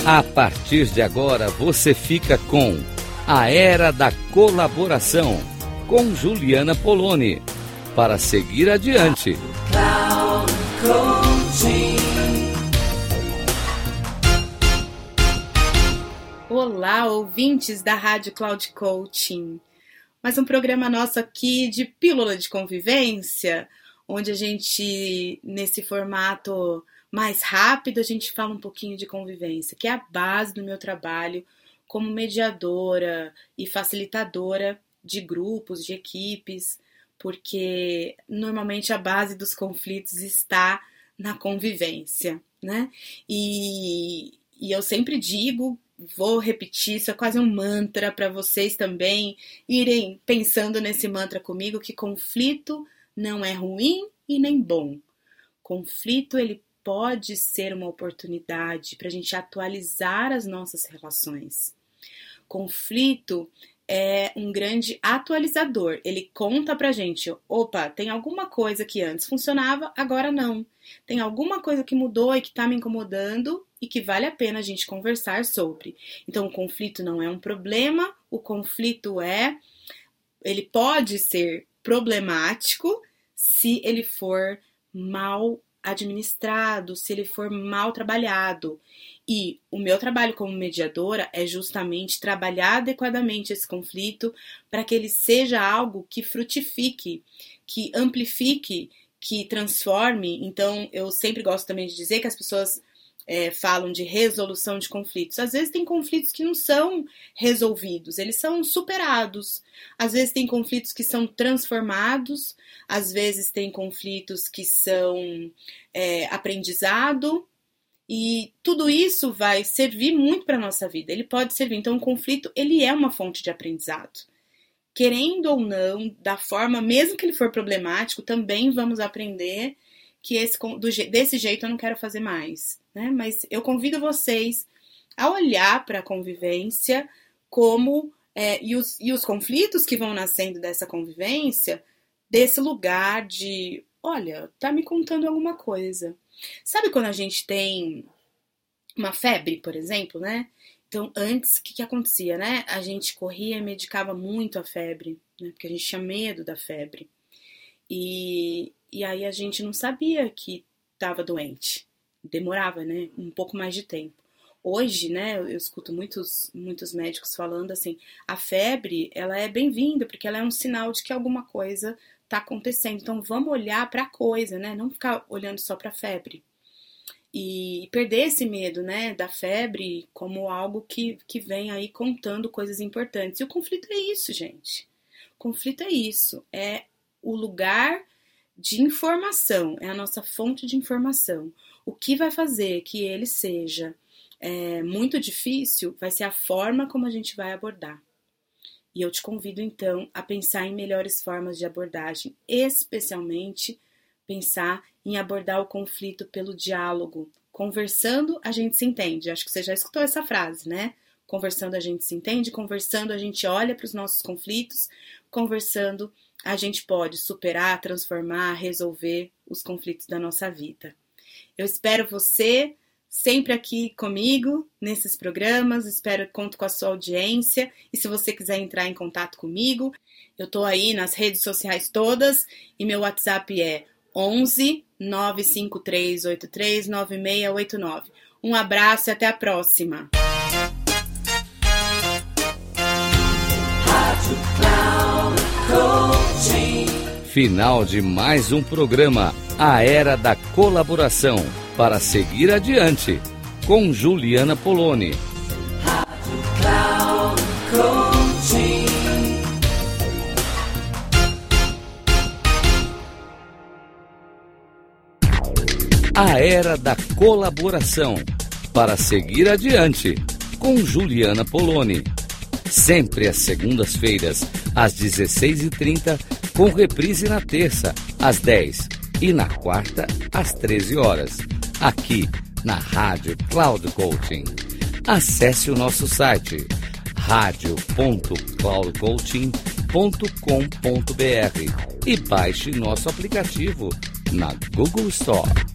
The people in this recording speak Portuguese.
A partir de agora você fica com A Era da Colaboração, com Juliana Poloni, para seguir adiante. Olá, ouvintes da Rádio Cloud Coaching. Mais um programa nosso aqui de Pílula de Convivência, onde a gente, nesse formato mais rápido, a gente fala um pouquinho de convivência, que é a base do meu trabalho como mediadora e facilitadora de grupos, de equipes, porque normalmente a base dos conflitos está na convivência, né? E eu sempre digo, vou repetir, isso é quase um mantra para vocês também irem pensando nesse mantra comigo, que conflito não é ruim e nem bom. Conflito, ele pode ser uma oportunidade para a gente atualizar as nossas relações. Conflito é um grande atualizador. Ele conta pra gente, opa, tem alguma coisa que antes funcionava, agora não. Tem alguma coisa que mudou e que tá me incomodando e que vale a pena a gente conversar sobre. Então, o conflito não é um problema, o conflito ele pode ser problemático se ele for mal administrado, se ele for mal trabalhado. E o meu trabalho como mediadora é justamente trabalhar adequadamente esse conflito para que ele seja algo que frutifique, que amplifique, que transforme. Então, eu sempre gosto também de dizer que as pessoas falam de resolução de conflitos. Às vezes tem conflitos que não são resolvidos, eles são superados. Às vezes tem conflitos que são transformados, às vezes tem conflitos que são aprendizado, e tudo isso vai servir muito para a nossa vida. Ele pode servir. Então, o conflito, ele é uma fonte de aprendizado. Querendo ou não, da forma, mesmo que ele for problemático, também vamos aprender que desse jeito eu não quero fazer mais, né? Mas eu convido vocês a olhar para a convivência como e os conflitos que vão nascendo dessa convivência, desse lugar de, olha, tá me contando alguma coisa. Sabe quando a gente tem uma febre, por exemplo, né? Então, antes, o que acontecia, né? A gente corria e medicava muito a febre, né? Porque a gente tinha medo da febre. E aí a gente não sabia que estava doente. Demorava, né? Um pouco mais de tempo. Hoje, né, eu escuto muitos médicos falando assim, a febre, ela é bem-vinda, porque ela é um sinal de que alguma coisa está acontecendo. Então, vamos olhar para a coisa, né? Não ficar olhando só para a febre. E perder esse medo, né, da febre como algo que vem aí contando coisas importantes. E o conflito é isso, gente. O conflito é isso. É o lugar de informação, é a nossa fonte de informação. O que vai fazer que ele seja muito difícil vai ser a forma como a gente vai abordar. E eu te convido, então, a pensar em melhores formas de abordagem, especialmente pensar em abordar o conflito pelo diálogo. Conversando, a gente se entende. Acho que você já escutou essa frase, né? Conversando, a gente se entende. Conversando, a gente olha para os nossos conflitos. Conversando, a gente pode superar, transformar, resolver os conflitos da nossa vida. Eu espero você sempre aqui comigo, nesses programas, espero que conto com a sua audiência, e se você quiser entrar em contato comigo, eu tô aí nas redes sociais todas, e meu WhatsApp é 11 953 83 9689. Um abraço e até a próxima! Final de mais um programa, A Era da Colaboração, para seguir adiante, com Juliana Poloni. A Era da Colaboração, para seguir adiante, com Juliana Poloni. Sempre às segundas-feiras, às 16h30, com reprise na terça, às 10h, e na quarta, às 13 horas, aqui na Rádio Cloud Coaching. Acesse o nosso site radio.cloudcoaching.com.br e baixe nosso aplicativo na Google Store.